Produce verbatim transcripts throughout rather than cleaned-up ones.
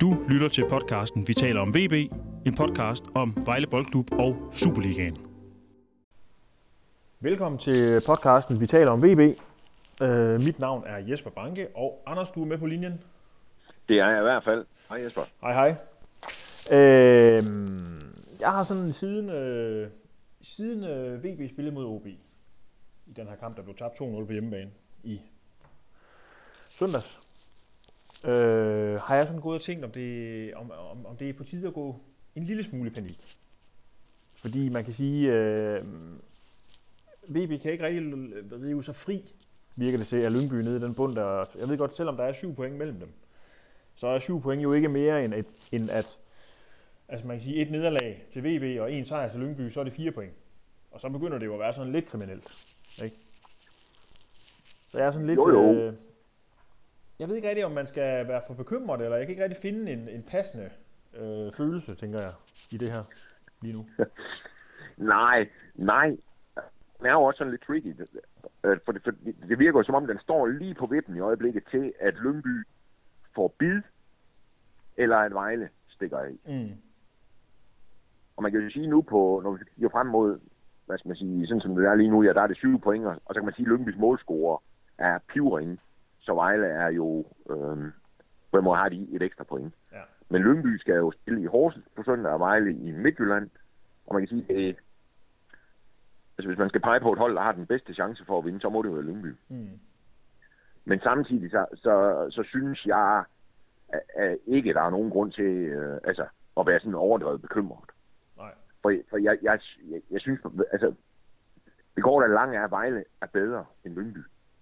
Du lytter til podcasten Vi taler om V B, en podcast om Vejle Boldklub og Superligaen. Velkommen til podcasten Vi taler om V B. Uh, mit navn er Jesper Banke, og Anders, du er med på linjen. Det er jeg i hvert fald. Hej Jesper. Hej hej. Uh, jeg har sådan siden, uh, siden uh, V B spillede mod O B, i den her kamp, der blev tabt to nul på hjemmebane i søndags, øh, har jeg sådan gået og tænkt, om det, om, om, om det er på tide at gå en lille smule i panik. Fordi man kan sige, øh, V B kan ikke rigtig rive sig fri, virker det til, af Lyngby nede i den bund, der, jeg ved godt, selvom der er syv point mellem dem, så er syv point jo ikke mere end, et, end at, altså man kan sige, et nederlag til V B og en sejr til Lyngby, så er det fire point. Og så begynder det jo at være sådan lidt kriminelt, ikke? Så jeg er sådan lidt... Jo, jo. Øh, jeg ved ikke rigtig, om man skal være for bekymret, eller jeg kan ikke rigtig finde en, en passende øh, følelse, tænker jeg, i det her lige nu. nej, nej. Den er jo også sådan lidt tricky. For det, for det virker jo som om, den står lige på vippen i øjeblikket til, at Lyngby får bid, eller at Vejle stikker af. Mm. Og man kan jo sige nu på, når vi kigger frem mod, hvad skal man sige, sådan som det er lige nu, ja, der er det syv point, og så kan man sige, at Lyngbys målscorer er pivringe, så Vejle er jo, øhm, på en måde har de et ekstra point. Ja. Men Lyngby skal jo spille i Horsens på søndag, og Vejle i Midtjylland, og man kan sige, at altså, hvis man skal pege på et hold, der har den bedste chance for at vinde, så må det jo være Lyngby. Mm. Men samtidig, så, så, så synes jeg at, at ikke, der er nogen grund til øh, altså, at være sådan overdrevet bekymret. Nej. For, for jeg, jeg, jeg, jeg synes, altså, det går da langt af, at Vejle er bedre end Lyngby.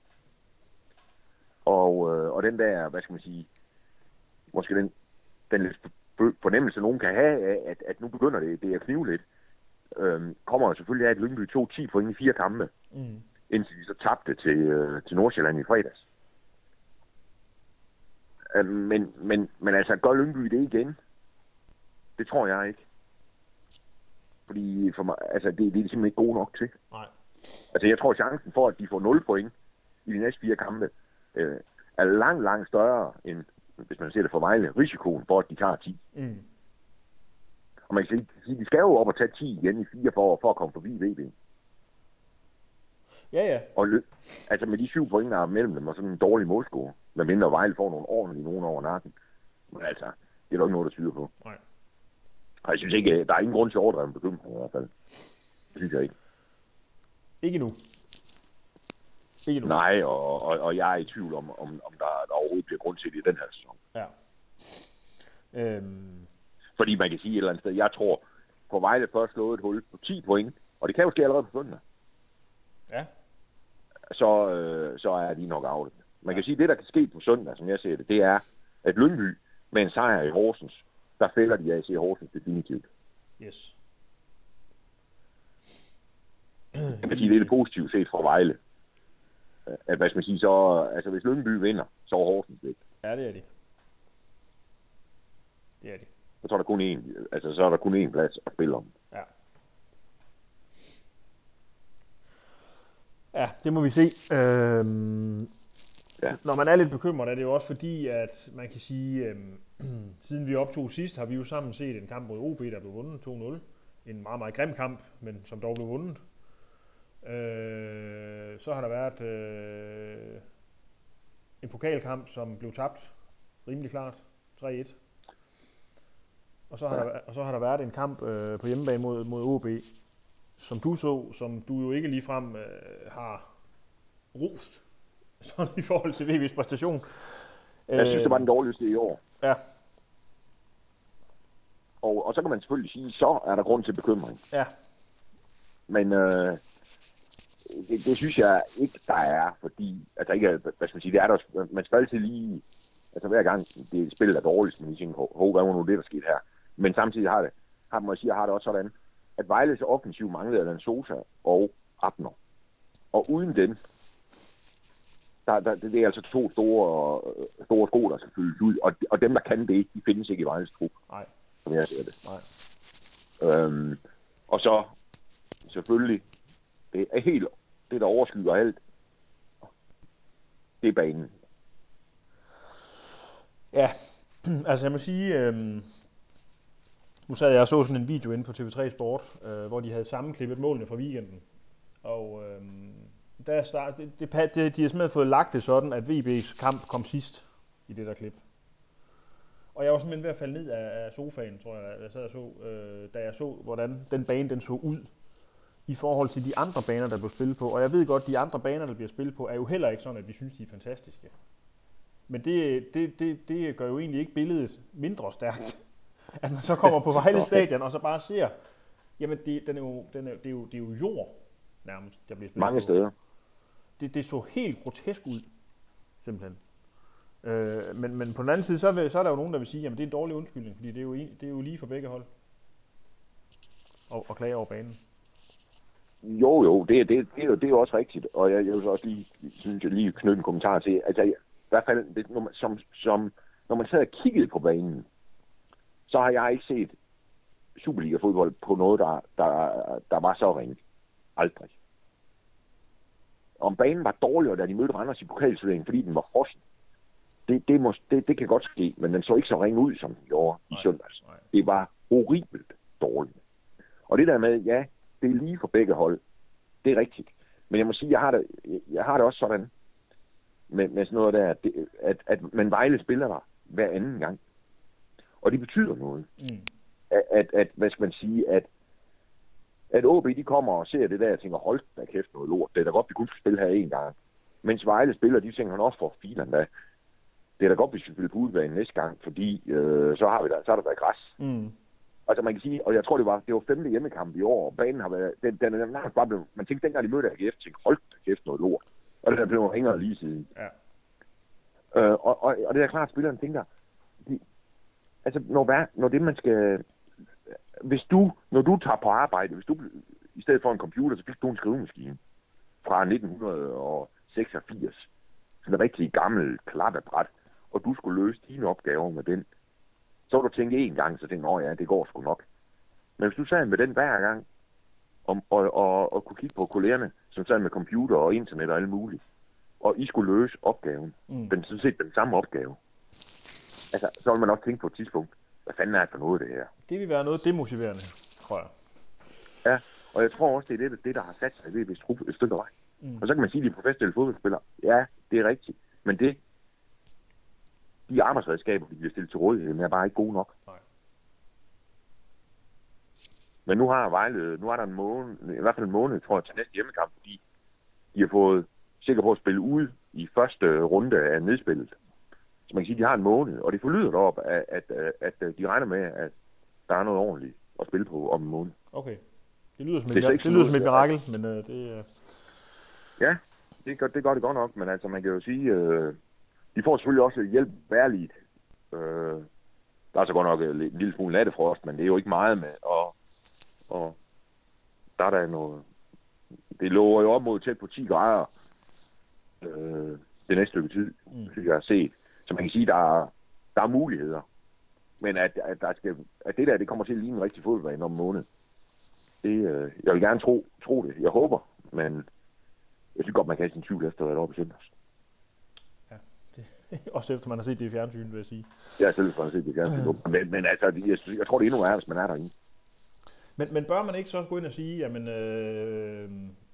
Og, øh, og den der, hvad skal man sige, måske den, den fornemmelse, nogen kan have af, at, at nu begynder det, det at knive lidt, øh, kommer jo selvfølgelig af, at Lyngby tog ti point i fire kampe, mm. indtil de så tabte til, øh, til Nordsjælland i fredags. Øh, men, men, men altså, gør Lyngby det igen? Det tror jeg ikke. Fordi for mig, altså, det, det er de simpelthen ikke gode nok til. Nej. Altså, jeg tror, chancen for, at de får nul point i de næste fire kampe, øh, er langt, langt større end, hvis man ser det for Vejle, risikoen for, at de tager ti. Mm. Og man kan sige, de skal jo op og tage ti igen i fire for, for at komme forbi V B. Ja, ja. Og altså med de syv point, der er mellem dem, og sådan en dårlig målscore, medmindre Vejle får nogle ordentlige nogen over nakken. Men altså, det er der ikke noget, der tyder på. Nej. Og jeg synes ikke, der er ingen grund til overdreven bekymring i hvert fald. Det synes jeg ikke. Ikke nu. Ikke nu. Nej, og, og, og jeg er i tvivl om, om, om der, der overhovedet bliver grund til det i den her sæson. Ja. Øhm... Fordi man kan sige et eller andet sted, jeg tror, på Vejle først slået et hul på ti point, og det kan jo ske allerede på søndag. Ja. Så, øh, så er de nok out. Man kan sige, at det, der kan ske på søndag, som jeg ser det, det er, at Lyngby med en sejr i Horsens, der fælder de A C Horsens definitivt. Yes. Jeg kan sige, det er det positive set fra Vejle. At, hvad skal man sige, så, altså hvis Lyngby vinder, så er Horsens væk. Ja, det er de. Det er de. Så er der kun én, altså så er der kun én plads at spille om. Ja. Ja, det må vi se. Øhm, ja. Når man er lidt bekymret, er det jo også fordi, at man kan sige, øhm, siden vi optog sidst, har vi jo sammen set en kamp mod O B, der blev vundet to nul. En meget, meget grim kamp, men som dog blev vundet. Øh, så har der været øh, en pokalkamp, som blev tabt rimelig klart, tre et. Og så har, ja. der, og så har der været en kamp øh, på hjemmebane mod, mod O B, som du så, som du jo ikke ligefrem øh, har rost, sådan i forhold til V B's præstation. Jeg synes, det var den dårligste i år. Ja. Og, og så kan man selvfølgelig sige, så er der grund til bekymring. Ja. Men øh, det, det synes jeg ikke, der er, fordi, altså ikke, hvad skal man sige, det er der, man skal altid lige, altså hver gang det spil er dårligt, man lige tænker, hov, hvad var nu det, der skete her? Men samtidig har det, har, må jeg sige, har det også sådan, at Vejles offensiv manglede Allan Sosa og Abner. Og uden den, der, der, det er altså to store, store sko, der skal fyldes ud. Og, og dem, der kan det, de findes ikke i Vejles trup. Nej. Som jeg ser det. Nej. Øhm, og så, selvfølgelig, det er helt, det der overskygger alt, det er banen. Ja, Altså jeg må sige, øh, nu sad jeg og så sådan en video inde på T V tre Sport, øh, hvor de havde sammenklippet målene fra weekenden. Og øh, der start, det, det, det, de har simpelthen fået lagt det sådan, at V B's kamp kom sidst i det der klip. Og jeg var simpelthen ved at falde ned af, af sofaen, tror jeg, jeg sad og så, øh, da jeg så, hvordan den bane den så ud i forhold til de andre baner, der blev spillet på. Og jeg ved godt, at de andre baner, der bliver spillet på, er jo heller ikke sådan, at vi synes, de er fantastiske. Men det, det, det, det gør jo egentlig ikke billedet mindre stærkt, at man så kommer på Vejle Stadion og så bare ser, jamen det, den er jo, den er, det, er jo, det er jo jord nærmest, der bliver spillet Mange på. steder. Det, det så helt grotesk ud, simpelthen. Øh, men, men på den anden side, så, vil, så er der jo nogen, der vil sige, jamen det er en dårlig undskyldning, fordi det er jo, det er jo lige for begge hold og, og klage over banen. Jo, jo, det, det, det, er jo, det er jo også rigtigt, og jeg, jeg vil så også lige, synes jeg, lige knytte en kommentar til, altså i hvert fald, det, når, man, som, som, når man sad og kiggede på banen, så har jeg ikke set Superliga-fodbold på noget, der, der, der var så ringe. Aldrig. Om banen var dårligere, da de mødte Randers i pokalturneringen, fordi den var frossen, det, det, må, det, det kan godt ske, men den så ikke så ringe ud, som den gjorde i søndags. Det var horribelt dårligt. Og det der med, ja, det er lige for begge hold. Det er rigtigt. Men jeg må sige, jeg har det, jeg har det også sådan med, med sådan noget der, at, det, at, at man Vejle spiller der hver anden gang. Og det betyder noget. Mm. At, at, at, hvad skal man sige, at at O B de kommer og ser det der og tænker, hold da kæft noget lort. Det er da godt, vi kun skal spille her en gang. Mens Vejle spiller, de tænker, han også for filen da. Det er da godt, hvis vi spiller på udbanen næste gang, fordi øh, så har vi der, så har der været græs. Mm. Altså man kan sige, og jeg tror det var, det var femte hjemmekamp i år, og banen har været, den, den er nærmest bare blevet, man tænkte dengang de mødte A G F, tænkte, hold da kæft noget lort. Og det der blev hængere lige siden. Ja. Øh, og, og, og det er klart, at spilleren tænker, de, altså når, når det man skal, hvis du, når du tager på arbejde, hvis du i stedet for en computer, så fik du en skrivemaskine fra nitten seksogfirs, sådan en rigtig gammel klappebræt, og du skulle løse dine opgaver med den, så du tænke en gang, så tænkte, åh ja, det går sgu nok. Men hvis du sad med den hver gang, og, og, og, og kunne kigge på kollegerne, som sad med computer og internet og alt muligt, og I skulle løse opgaven, mm. den sådan set den samme opgave, altså, så vil man også tænke på et tidspunkt, hvad fanden er det for noget, det her? Det vil være noget demotiverende, tror jeg. Ja, og jeg tror også, det er det, det der har sat sig ved et stykke vej. Mm. Og så kan man sige, at de er professionelle fodboldspillere. Ja, det er rigtigt. Men det, de arbejdsredskaber, de bliver stillet til rådighed, er bare ikke gode nok. Nej. Men nu har Vejle, nu er der en måned, i hvert fald en måned, tror jeg, til næste hjemmekamp, fordi de har fået sikker på at spille ude i første runde af nedspillet. Så man kan sige, at de har en måned, og det forlyder derop, at, at, at, at de regner med, at der er noget ordentligt at spille på om en måned. Okay. Det lyder som, det et, det lyder som et mirakel, men uh, det... Uh... Ja, det gør, det gør det godt nok, men altså man kan jo sige, uh, de får selvfølgelig også hjælp værligt. Uh, der er så godt nok en lille smule nattefrost, men det er jo ikke meget med, og, og der er der noget... Det lover jo op mod tæt på ti grader uh, det næste stykke tid, mm. synes jeg har set. Så man kan sige, at der er, der er muligheder. Men at, at, der skal, at det der, det kommer til at ligne en rigtig fodboldbane om en måned. Det, øh, jeg vil gerne tro, tro det. Jeg håber, men jeg synes godt, man kan have sin tvivl efter at være oppe i søndags. Ja, det, også efter man har set det i fjernsyn, vil jeg sige. Ja, selv efter man har set det i fjernsyn. Men, men altså, jeg, jeg tror, det er endnu værre, hvis man er derinde. Men, men bør man ikke så gå ind og sige, jamen, øh,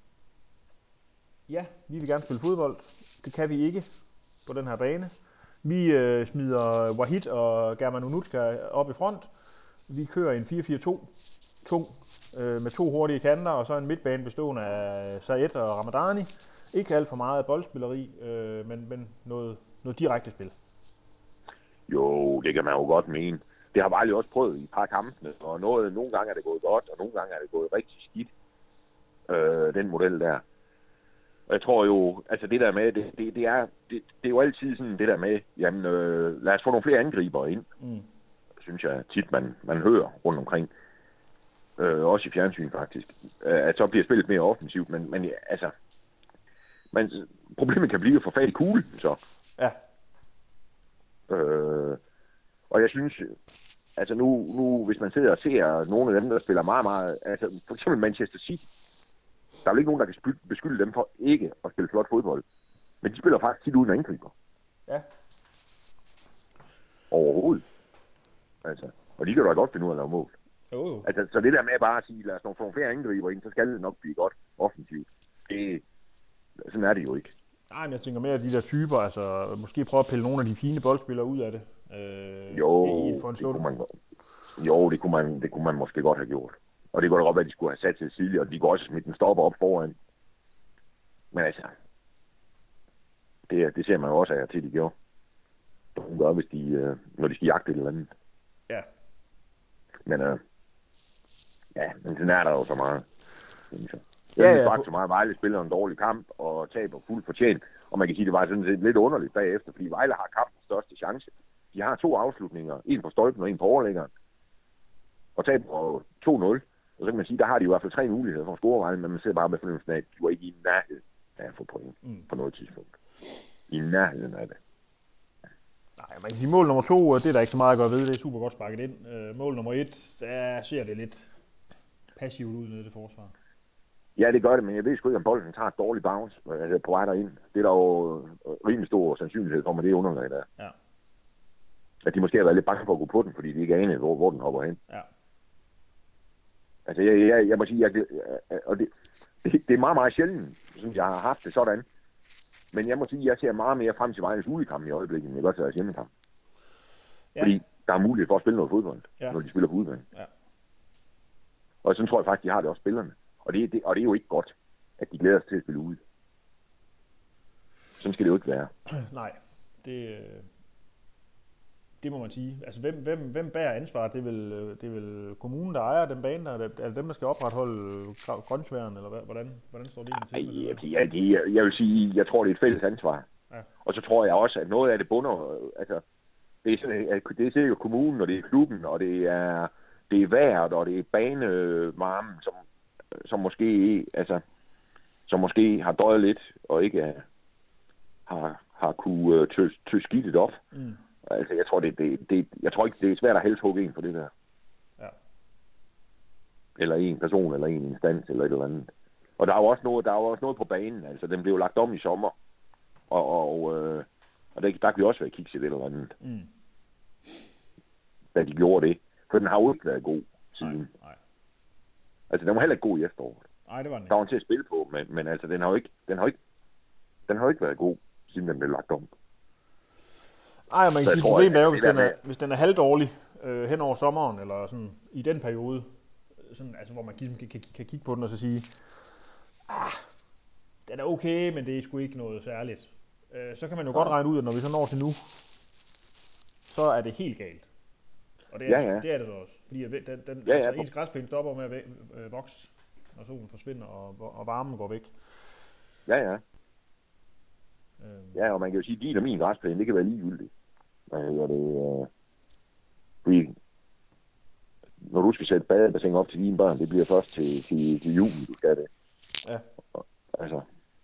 ja, vi vil gerne spille fodbold. Det kan vi ikke på den her bane. Vi øh, smider Wahid og German Onutska op i front. Vi kører en fire fire to tung øh, med to hurtige kanter, og så en midtbane bestående af Sayed og Ramadani. Ikke alt for meget boldspilleri, øh, men, men noget, noget direkte spil. Jo, det kan man jo godt mene. Det har Vejle også prøvet i et par kampene, og noget, nogle gange er det gået godt, og nogle gange er det gået rigtig skidt, øh, den model der. Og jeg tror jo, altså det der med, det, det, det, er, det, det er jo altid sådan det der med, jamen øh, lad os få nogle flere angriber ind, mm. synes jeg tit, man, man hører rundt omkring. Øh, også i fjernsyn faktisk. Øh, at så bliver spillet mere offensivt, men, men altså, man, problemet kan blive at få fat i kuglen, så. Ja. Øh, og jeg synes, altså nu, nu, hvis man sidder og ser nogle af dem, der spiller meget, meget, altså for eksempel Manchester City, der er jo ikke nogen, der kan beskylde dem for ikke at spille flot fodbold. Men de spiller faktisk tit uden angriber. Ja. Overhovedet. Altså, og de kan da godt finde ud af at lave mål. Jo, jo. Altså, så det der med bare at sige, lad os nogle, få nogle flere angriber ind, så skal det nok blive godt offensivt. Det, sådan er det jo ikke. Nej, men jeg tænker mere af de der typer, altså måske prøve at pille nogle af de fine boldspillere ud af det. Øh, jo, i, for en det kunne man, jo, det kunne man, det kunne man måske godt have gjort. Og det kunne da godt være, at de skulle have sat til tidligere, og de kunne også smidt den stopper op foran. Men altså, det, det ser man jo også af til, de gjorde. Det gør, hvis de, når de skal jagte et eller andet. Ja. Men øh, ja, men sådan er der jo så meget. Jeg Ja, synes ja, faktisk så meget, at Vejle spiller en dårlig kamp og taber fuldt fortjent. Og man kan sige, at det var sådan set lidt underligt bagefter, fordi Vejle har kampens største chance. De har to afslutninger, en på stolpen og en på overlæggeren. Og taber to nul. Og så kan man sige, der har de i hvert fald tre muligheder for at score Vejle, men man ser bare med fornemmelsen af, at de var ikke i nærheden af at få point mm. på noget tidspunkt. I nærheden af det. Nej, man kan sige, mål nummer to, det er der ikke så meget at gøre ved, det er super godt sparket ind. Mål nummer et, der ser det lidt passivt ud nede i det forsvar. Ja, det gør det, men jeg ved sgu ikke, om bolden tager et dårligt bounce altså på vej derind. Det er der jo rimelig stor sandsynlighed for, med det underlag der. Ja. At de måske har været lidt bange for at gå på den, fordi de ikke anede, hvor, hvor den hopper hen. Ja. Altså, jeg, jeg, jeg må sige, jeg, og det, det, det er meget, meget sjældent, synes jeg har haft det sådan. Men jeg må sige, at jeg ser meget mere frem til Vejles udekamp i øjeblikket, end jeg gør til deres hjemmekamp. Ja. Fordi der er mulighed for at spille noget fodbold, ja. Når de spiller på udebane. Ja. Og sådan tror jeg faktisk, de har det også spillerne. Og det, det, og det er jo ikke godt, at de glæder sig til at spille ude. Sådan skal det jo ikke være. Nej, det, det må man sige. Altså, hvem, hvem, hvem bærer ansvaret? Det er, vel, det er vel kommunen, der ejer den bane, der, er det dem, der skal opretholde grønsværen, eller hvordan, hvordan står det egentlig til? Ja, det, jeg vil sige, jeg tror, det er et fælles ansvar. Ja. Og så tror jeg også, at noget af det bunder, altså, det er, sådan, det er sikkert kommunen, og det er klubben, og det er, det er vejret, og det er banevarmen, som som måske, altså, som måske har døjet lidt, og ikke uh, har, har kunne uh, tø skidt det op. Mm. Altså, jeg tror, det, det, det, jeg tror ikke, det er svært at helst hugge en på det der. Ja. Eller en person, eller en instans, eller et eller andet. Og der er jo også noget, der er jo også noget på banen, altså, den blev lagt om i sommer, og, og, uh, og der, der kan vi også være kigge til et eller andet. Mm. Da de gjorde det. For den har jo ikke været god siden. Nej, nej. Altså, den var heller ikke god i efteråret. Nej, det var den ikke. Der var den til at spille på, men, men altså, den har jo ikke, den har ikke, den har jo ikke været god, siden den blev lagt om. Nej, man kan sige, problemet er jo, hvis den er, hvis den er halvdårlig øh, hen over sommeren, eller sådan i den periode, sådan, altså, hvor man kan, kan, kan kigge på den og så sige, ah, den er okay, men det er sgu ikke noget særligt. Øh, så kan man jo ja. godt regne ud, at når vi så når til nu, så er det helt galt. Og det er, ja, ja. det, er det så også. Fordi den, den, ja, ja. Altså, ens græsplæne stopper med at øh, vokse, når solen forsvinder, og, og varmen går væk. Ja, ja. Øhm. Ja, og man kan jo sige, at din og min græsplæne, det kan være ligegyldigt. Hvad hedder det? Øh... Fordi når du skal sætte badebassin op til dine børn, det bliver først til, til, til juli, du skal det. Ja. Altså.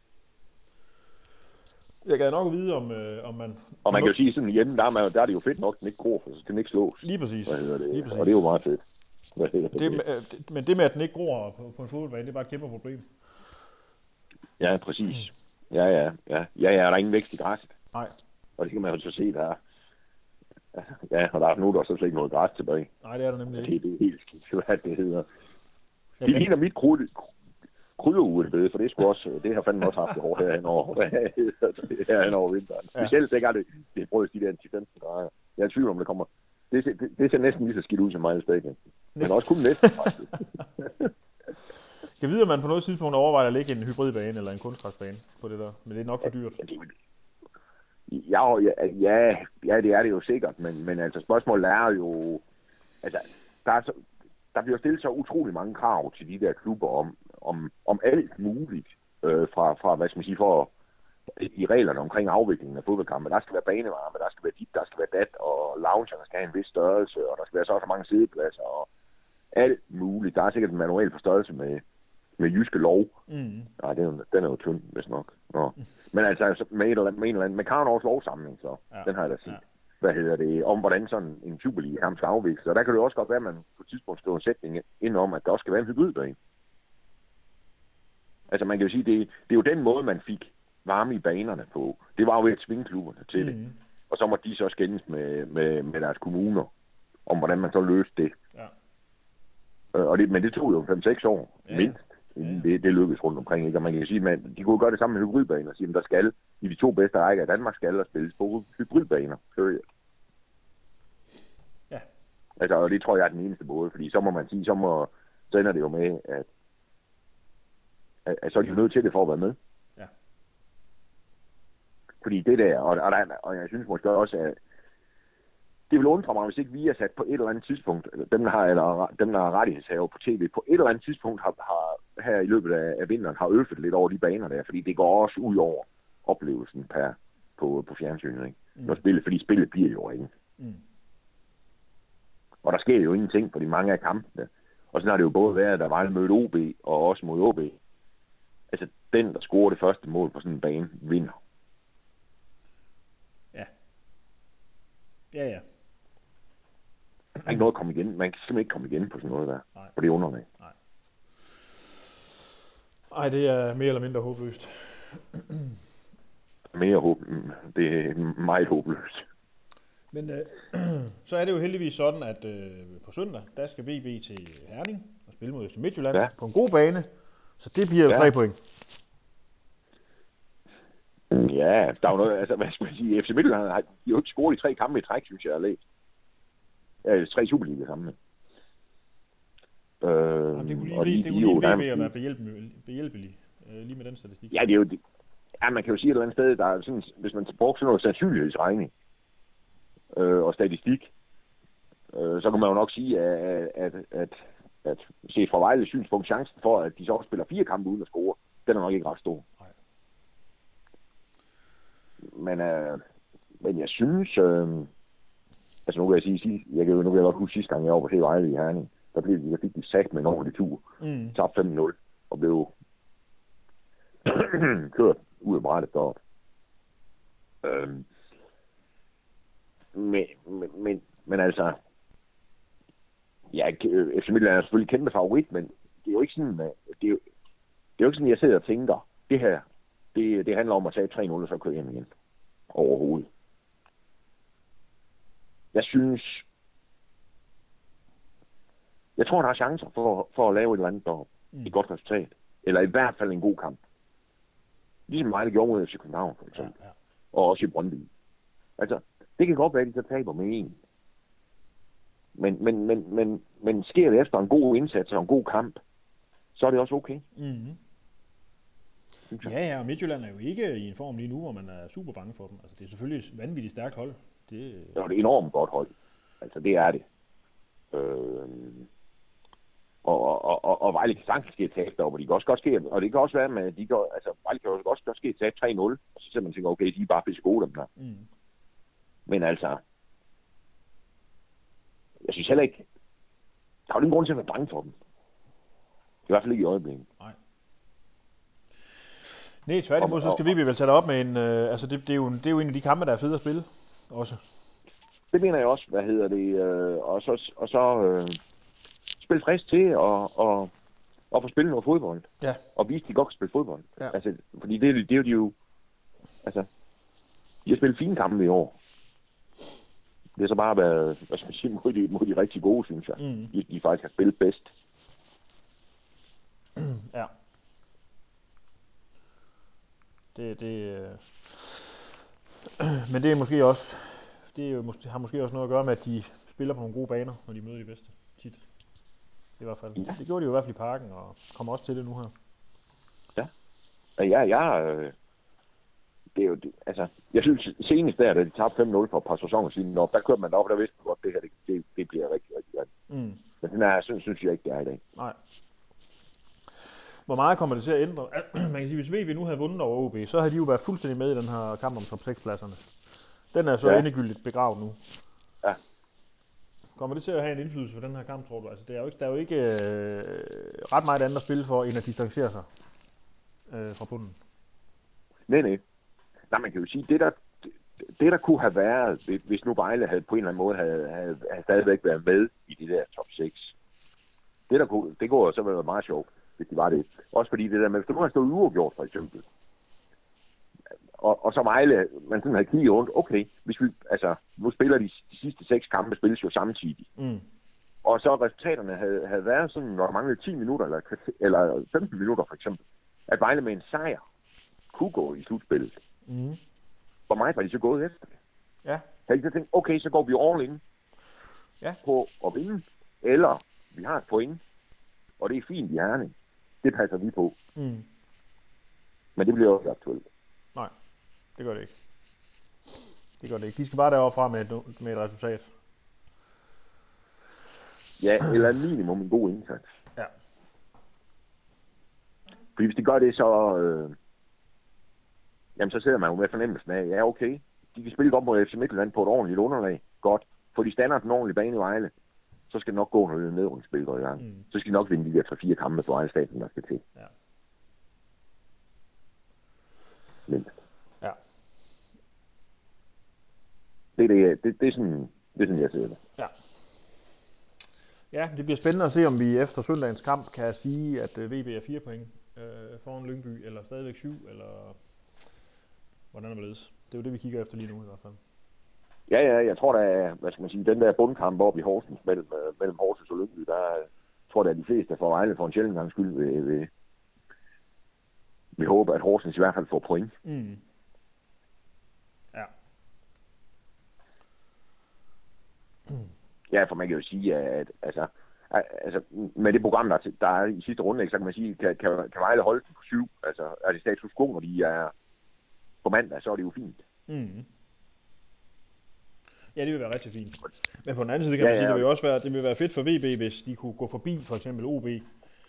Jeg kan nok vide, om, øh, om man... Og man kan jo sige, sådan hjemme, der er, man, der er det jo fedt nok, at den ikke gror, for så skal den ikke slås. Lige præcis. Det? Lige præcis. Og det er jo meget fedt. Det, det, men det med, at den ikke gror på, på en fodboldbane, det er bare et kæmpe problem. Ja, præcis. Ja, ja, ja. Ja, ja, der er ingen vækst i græsset. Nej. Og det kan man jo så se, der er... Ja, og der er nu der så slet ikke noget græs tilbage. Nej, det er der nemlig ikke. Det, det er helt skidt, hvad det hedder. Det okay. ligner mit krud, krydderurtebede, for det skulle også, det har fandme også haft det år herhen over, herhen over vinteren. Ja. Specielt dengang det, det brød de der ti til femten grader. Jeg er i tvivl om, det kommer. Det, det, det ser næsten lige så skidt ud som Vejle Stadion. Men også kun næsten, faktisk. Jeg ved, at man på noget tidspunkt overvejer at lægge en hybridbane eller en kunstgræsbane på det der, men det er nok for dyrt. Ja, ja, ja, ja, det er det jo sikkert, men, men altså spørgsmålet er jo, altså, der, er så, der bliver stillet så utrolig mange krav til de der klubber om, om, om alt muligt øh, fra, fra, hvad skal man sige, for i reglerne omkring afviklingen af fodboldkampe. Der skal være banevarme, der skal være dit, der skal være dat, og loungerne skal have en vis størrelse, og der skal være så, så mange siddepladser, og alt muligt. Der er sikkert en manuel forstørrelse med, med jyske lov. Mm. Nej, den er, jo, den er jo tynd, hvis nok. Nå. Men altså, med et eller andet, med en eller anden, med Karnovs lovsamling, så ja. Den har jeg da set. Ja. Hvad hedder det, om hvordan sådan en Superliga-kamp skal afvikles. Og der kan det også godt være, at man på et tidspunkt skriver en sætning ind om, at der også skal være en hybridbane. Altså, man kan jo sige, det, det er jo den måde, man fik varme i banerne på. Det var jo ved at tvinge klubberne til mm. det. Og så må de så skændes med, med, med deres kommuner om hvordan man så løste det. Ja. Øh, og det men det tog jo fem seks år, ja. mindst. Ja. Det, det lykkedes rundt omkring, ikke? Og man kan sige, at de kunne gøre det samme med hybridbaner, og sige, at der skal i de to bedste rækker af Danmark skal der spilles på hybridbaner. Period. Ja. Altså, og det tror jeg er den eneste måde, fordi så må man sige, så, må, så ender det jo med, at, at, at så er de jo nødt til det for at være med. Ja. Fordi det der, og, og, der, og jeg synes måske også, at det vil undre mig, hvis ikke vi er sat på et eller andet tidspunkt, dem der har, eller, dem, der har rettighedshaver på tv, på et eller andet tidspunkt har, har her i løbet af, af vinteren har øffet lidt over de baner der, fordi det går også ud over oplevelsen per, på, på fjernsynet, ikke? Mm. Når spillet, fordi spillet bliver jo ikke. Mm. Og der sker jo ingenting på de mange af kampene. Og så har det jo både været, at der var mødt O B og også mod O B. Altså, den, der scorer det første mål på sådan en bane, vinder. Ja. Ja, ja. Der er ikke noget at komme igen. Man kan simpelthen ikke komme igen på sådan noget der. Nej. Og det undrer mig. Nej. Ej, det er mere eller mindre håbløst. Mere håb. Det er meget håbløst. Men øh, så er det jo heldigvis sådan, at øh, på søndag, der skal V B til Herning og spille mod Øster Midtjylland ja. på en god bane. Så det bliver jo tre ja. point. Ja, der er jo noget, altså hvad skal man sige, F C Midtjylland har jo ikke scoret i tre kampe i træk, synes jeg, jeg har læst. Ja, tre Superliga sammen. Øh, Jamen, det kunne lige, de, det kunne lige V B at være behjælpelig, behjælpelig øh, lige med den statistik. Ja, det er jo det. Ja, man kan jo sige et eller andet sted, der er sådan, hvis man bruger sådan noget sandsynlighedsregning øh, og statistik, øh, så kan man jo nok sige, at, at, at, at set fra Vejles synspunkt, chancen for, at de så spiller fire kampe uden at score, den er nok ikke ret stor. Nej. Men, øh, men jeg synes, øh, altså nu kan jeg sige, jeg kan jo nu kan jeg godt huske sidste gang, jeg var på se Vejle i Herning, der blev de, der fik de sat med en ordentlig tur, mm. tabte fem nul og blev kørt ud af brættet deroppe. Øhm, men, men, men, men altså, ja, F C Midtjylland er selvfølgelig kæmpe favorit, men det er jo ikke sådan, det er jo, det er jo ikke sådan, jeg sidder og tænker, det her, det, det handler om at tage tre nul og så køre hjem igen. Overhovedet. Jeg synes, jeg tror, der er chancer for, for at lave et eller andet deroppe. Mm. Et godt resultat. Eller i hvert fald en god kamp. Ligesom mig, der gjorde mod F C København, for eksempel. Ja, ja. Og også i Brøndby. Altså, det kan godt være, at de så taber med en. Men, men, men, men, men sker det efter en god indsats og en god kamp, så er det også okay. Mm-hmm. Ja, ja, og Midtjylland er jo ikke i en form lige nu, hvor man er super bange for dem. Altså, det er selvfølgelig et vanvittigt stærkt hold. Det, det er et enormt godt hold. Altså, det er det. Øh... Og, og, og, og Vejle kan sagtens ske et tab deroppe, og de kan også godt ske, og det kan også være med, de kan, altså Vejle kan også godt ske et tab tre nul, og så man tænker, okay, de er bare pisse gode dem der. Mm. Men altså, jeg synes heller ikke, der er jo ingen grund til at være bange for dem. I hvert fald ikke i øjeblikket. Nej. Nej, tværtimod, så skal vi vel tage op med en, øh, altså det, det, er jo, det er jo en af de kampe, der er fede at spille også. Det mener jeg også, hvad hedder det, øh, og så, og så øh, spille frisk til og, og, og få spillet noget fodbold. Ja. Og vise, at de godt kan spille fodbold. Ja. Altså, fordi det, det, det er jo de jo... Altså, de har spillet fine kampe i år. Det har så bare været, hvad skal man sige, mod de, mod de rigtig gode, synes jeg. Mm. De, de faktisk har spillet bedst. Ja. Det, det... Øh... Men det er måske også... Det er jo måske, har måske også noget at gøre med, at de spiller på nogle gode baner, når de møder de bedste tit. I hvert fald. Ja. Det gjorde de jo i hvert fald i Parken, og kommer også til det nu her. Ja. Ja, ja, øh, det er jo, det, altså, jeg synes senest der, da de tabte fem nul for et par sæsoner siden, op, der kørte man op, der vidste man godt, det her, det, det, det bliver rigtig, rigtig godt. Mm. Men den her, synes, synes jeg ikke, det er i dag. Nej. Hvor meget kommer det til at ændre? Man kan sige, hvis V B nu havde vundet over O B, så havde de jo været fuldstændig med i den her kamp om top seks-pladserne. Den er så ja. endegyldigt begravet nu. Ja. Kommer det til at have en indflydelse på den her kamp, tror du? Altså, det er jo ikke, der er jo ikke øh, ret meget andet at spille for, end at distancere sig øh, fra bunden. Nej, nej. Nej, man kan jo sige, det der, det, det der kunne have været, hvis nu Vejle havde på en eller anden måde havde, havde, havde stadigvæk været med i de der top seks. Det der kunne, det kunne så være meget sjovt, hvis de var det. Også fordi det der med, hvis du nu har stået uafgjort for eksempel, og, og så Vejle, man sådan havde kigget rundt, okay, hvis vi, altså, nu spiller de, de sidste seks kampe, spilles jo samtidig. Mm. Og så resultaterne havde, havde været sådan, når der manglede ti minutter, eller, eller femten minutter for eksempel, at Vejle med en sejr kunne gå i slutspillet. Mm. Hvor meget var de så gået efter det? Ja. Havde de så tænkt, okay, så går vi all in ja. på at vinde, eller vi har et point, og det er fint i Herning. Det passer vi på. Mm. Men det bliver også aktuelt. Nej, det gør det ikke. Det gør det ikke. De skal bare deroppe fra med et, med et resultat. Ja, eller minimum en god indsats. Ja. Fordi hvis de gør det, så... Øh, jamen, så sidder man jo med fornemmelsen af, ja, okay, de kan spille godt mod F C Midtjylland på et ordentligt underlag. Godt. For de stander den ordentlige bane i Vejle, så skal det nok gå noget nedrundsspil går i gang. Mm. Så skal de nok vinde de der tre fire kampe på Vejle Stadion, der skal til. Ja. Men. Ja. Det er det, det, det er sådan, det er sådan, jeg ser det. Ja. Ja, det bliver spændende at se, om vi efter søndagens kamp kan sige, at V B er fire point øh, foran Lyngby, eller stadigvæk syv, eller hvordan er det ledes? Det er jo det, vi kigger efter lige nu i hvert fald. Ja, ja, jeg tror, der er, hvad skal man sige, den der bundkamp oppe i Horsens mellem, mellem Horsens og Lyngby, der er, tror jeg, at de fleste får Vejle for en sjældent gang skyld ved, ved, vi håber, at Horsens i hvert fald får point. Mm. Ja. Ja, for man kan jo sige, at altså, altså med det program, der er, der er i sidste runde, så kan man sige, kan, kan, kan Vejle holde den på syv. Altså, er det status quo, når de er på mandag, så er det jo fint. Mm. Ja, det vil være rigtig fint. Men på den anden side kan man ja, ja. sige, det vil også være, det vil være fedt for V B, hvis de kunne gå forbi for eksempel O B øh,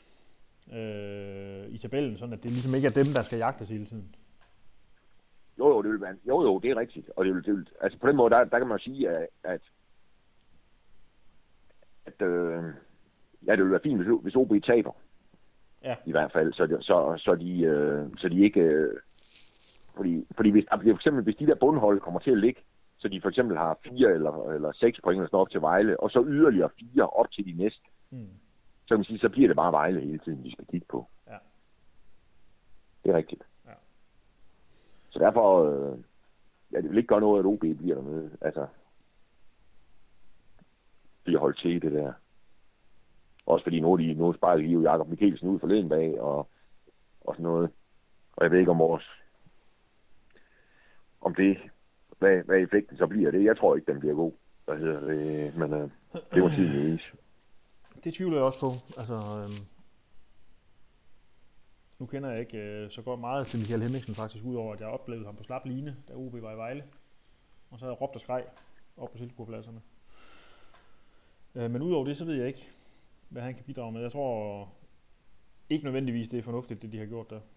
i tabellen, sådan at det ligesom ikke er dem, der skal jagtes hele tiden. Jo, jo, det vil være, jo, jo, det er rigtigt. Og det vil, det vil, altså på den måde, der, der kan man sige, at, at, at øh, ja, det vil være fint, hvis, hvis O B taber. Ja. I hvert fald, så, så, så, de, øh, så de ikke... Øh, fordi, fordi hvis, for eksempel, hvis de der bundhold kommer til at ligge, så de for eksempel har fire eller, eller seks point, der står op til Vejle, og så yderligere fire op til de næste, mm. så kan man sige, så bliver det bare Vejle hele tiden, de skal kigge på. Ja. Det er rigtigt. Ja. Så derfor, øh, ja, det vil ikke gøre noget, at O B bliver dernede. Altså, de har holdt til i det der. Også fordi nu, de, nu sparker de jo Jakob Mikkelsen ud forleden bag, og, og sådan noget. Og jeg ved ikke om vores, om det, hvad, hvad effekten så bliver det. Jeg tror ikke, den bliver god. Hvad hedder det? Men øh, det var tiden i Det tvivler jeg også på. Altså, øh, nu kender jeg ikke øh, så godt meget til Michael Hemmingsen faktisk, udover at jeg oplevede ham på slap line, da O B var i Vejle. Og så havde jeg råbt og skreg op på tilskuerpladserne. Øh, men udover det, så ved jeg ikke, hvad han kan bidrage med. Jeg tror ikke nødvendigvis, det er fornuftigt, det de har gjort der.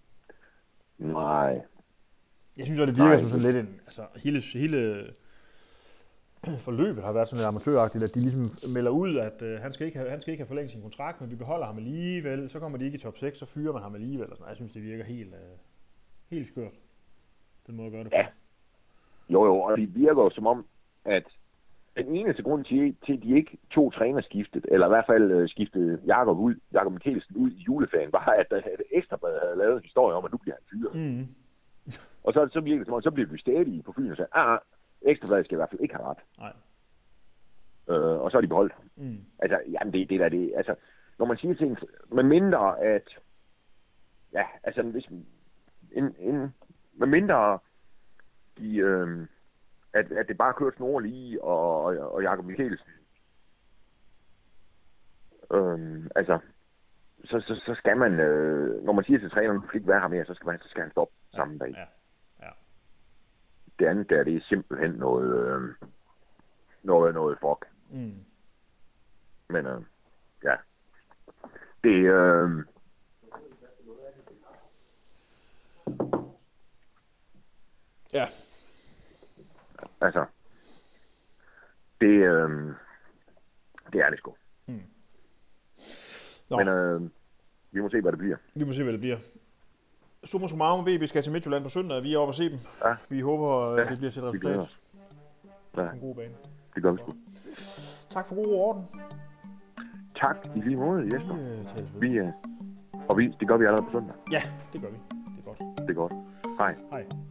Nej. Jeg synes også, det virker som sådan lidt en... Altså, hele, hele forløbet har været sådan lidt amatøragtigt, at de ligesom melder ud, at øh, han, skal ikke have, han skal ikke have forlænget sin kontrakt, men vi beholder ham alligevel. Så kommer de ikke i top seks, så fyrer man ham alligevel. Og sådan. Jeg synes, det virker helt, øh, helt skørt, den måde at gøre det på. Ja. Jo, jo, og det virker jo som om, at den eneste grund til, til at de ikke tog trænerskiftet, eller i hvert fald øh, skiftede Jakob ud, Jakob Mikkelsen ud i juleferien, var, at der havde Ekstrabladet havde lavet en historie om, at nu bliver han fyret. Mm. Og så, så virker det som om, så bliver vi stadig på Fyn og siger, ah, Ekstrabladet skal i hvert fald ikke have ret. Nej. Øh, og så har de beholdt. Mm. Altså, jamen det, det der, det, altså, når man siger ting, med mindre at, ja, altså, hvis, en, en, med mindre de, øh, at, at det bare kører snor lige, og, og, og Jakob Mikkelsen, øh, altså, så, så, så skal man, øh, når man siger til træneren, at du skal ikke være her mere, så skal, man, så skal han stoppe ja. samme dag. Ja. Ja. Det andet der, det er simpelthen noget, øh, noget, noget fuck. Mm. Men, øh, ja. Det, øh, ja. Altså, det, øh, det er det sgu. Mm. Men øh, vi må se, hvad det bliver. Vi må se, hvad det bliver. Summa summarum, V B skal til Midtjylland på søndag. Vi er oppe at se dem. Ja. Vi håber, ja, det bliver til et resultat. Ja. En god bane. Det gør vi sgu. Tak for god orden. Tak i lige måde, Jesper. Vi, vi, øh, og vi, det gør vi allerede på søndag. Ja, det gør vi. Det er godt. Det er godt. Hej. Hej.